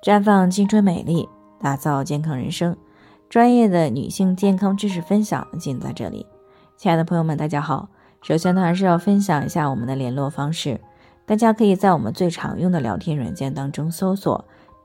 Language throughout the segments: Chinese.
绽放青春美丽，打造健康人生，专业的女性健康知识分享尽在这里。亲爱的朋友们，大家好。首先呢，还是要分享一下我们的联络方式，大家可以在我们最常用的聊天软件当中搜索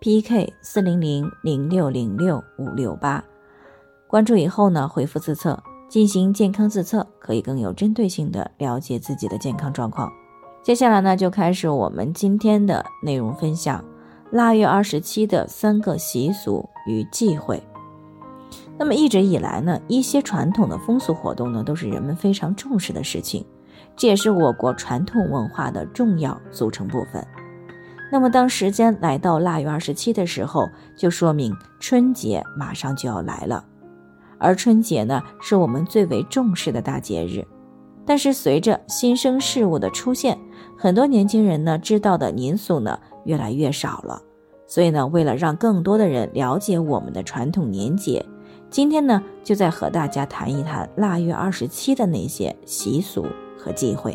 PK400060658，关注以后呢，回复自测进行健康自测，可以更有针对性的了解自己的健康状况。接下来呢，就开始我们今天的内容分享，腊月27的3个习俗与忌讳。那么一直以来呢，一些传统的风俗活动呢，都是人们非常重视的事情，这也是我国传统文化的重要组成部分。那么当时间来到腊月27的时候，就说明春节马上就要来了。而春节呢，是我们最为重视的大节日。但是随着新生事物的出现，很多年轻人呢知道的民俗呢越来越少了。所以呢，为了让更多的人了解我们的传统年节，今天呢就在和大家谈一谈腊月27的那些习俗和忌讳。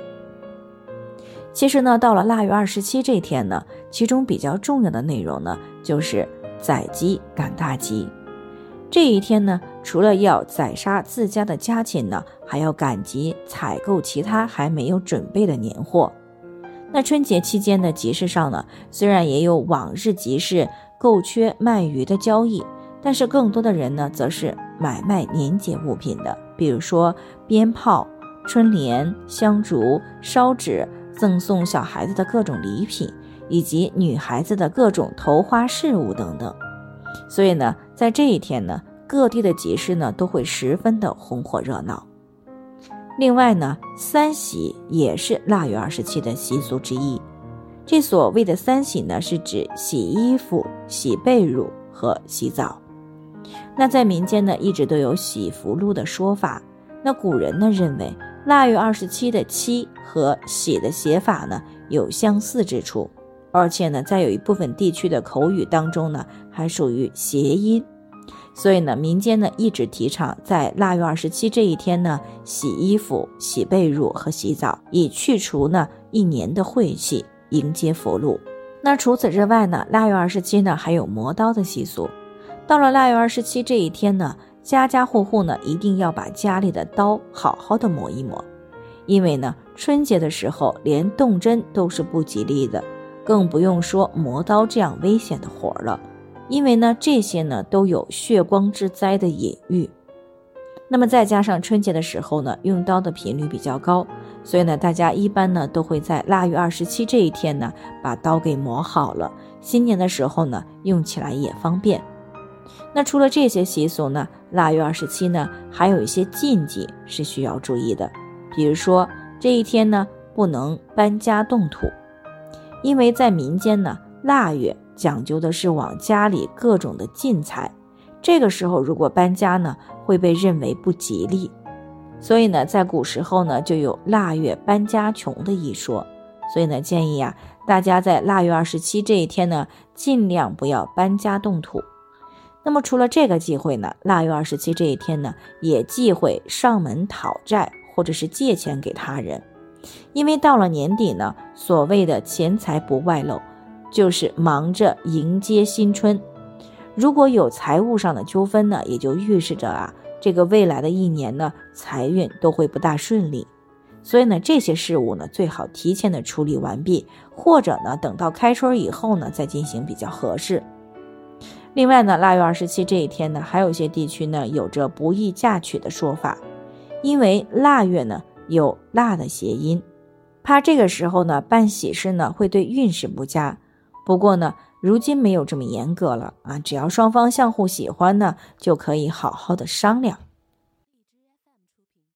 其实呢，到了腊月27这天呢，其中比较重要的内容呢，就是宰鸡赶大集。这一天呢，除了要宰杀自家的家禽呢，还要赶集采购其他还没有准备的年货。那春节期间的集市上呢，虽然也有往日集市购缺卖鱼的交易，但是更多的人呢，则是买卖年节物品的，比如说鞭炮、春联、香烛、烧纸，赠送小孩子的各种礼品，以及女孩子的各种头花饰物等等。所以呢，在这一天呢，各地的集市呢都会十分的红火热闹。另外呢，三喜也是腊月27的习俗之一。这所谓的三喜呢，是指洗衣服、洗被褥和洗澡。那在民间呢，一直都有洗福禄的说法。那古人呢认为，腊月27的七和喜的写法呢有相似之处，而且呢，在有一部分地区的口语当中呢，还属于谐音。所以呢，民间呢一直提倡在腊月27这一天呢，洗衣服、洗被褥和洗澡，以去除呢一年的晦气，迎接福禄。那除此之外呢，腊月27呢还有磨刀的习俗。到了腊月27这一天呢，家家户户呢一定要把家里的刀好好的磨一磨，因为呢，春节的时候连动针都是不吉利的，更不用说磨刀这样危险的活了。因为呢，这些呢都有血光之灾的隐喻。那么再加上春节的时候呢，用刀的频率比较高，所以呢，大家一般呢都会在腊月27这一天呢把刀给磨好了，新年的时候呢用起来也方便。那除了这些习俗呢，腊月27呢还有一些禁忌是需要注意的。比如说这一天呢不能搬家动土，因为在民间呢，腊月讲究的是往家里各种的进财，这个时候如果搬家呢，会被认为不吉利。所以呢，在古时候呢，就有腊月搬家穷的一说。所以呢，建议大家在腊月27这一天呢，尽量不要搬家动土。那么除了这个忌讳呢，腊月27这一天呢，也忌讳上门讨债或者是借钱给他人。因为到了年底呢，所谓的钱财不外露，就是忙着迎接新春。如果有财务上的纠纷呢，也就预示着这个未来的一年呢，财运都会不大顺利。所以呢，这些事物呢，最好提前的处理完毕，或者呢，等到开春以后呢，再进行比较合适。另外呢，腊月27这一天呢，还有一些地区呢，有着不宜嫁娶的说法，因为腊月呢，有腊的谐音，怕这个时候呢，办喜事呢，会对运势不佳。不过呢，如今没有这么严格了只要双方相互喜欢呢，就可以好好的商量。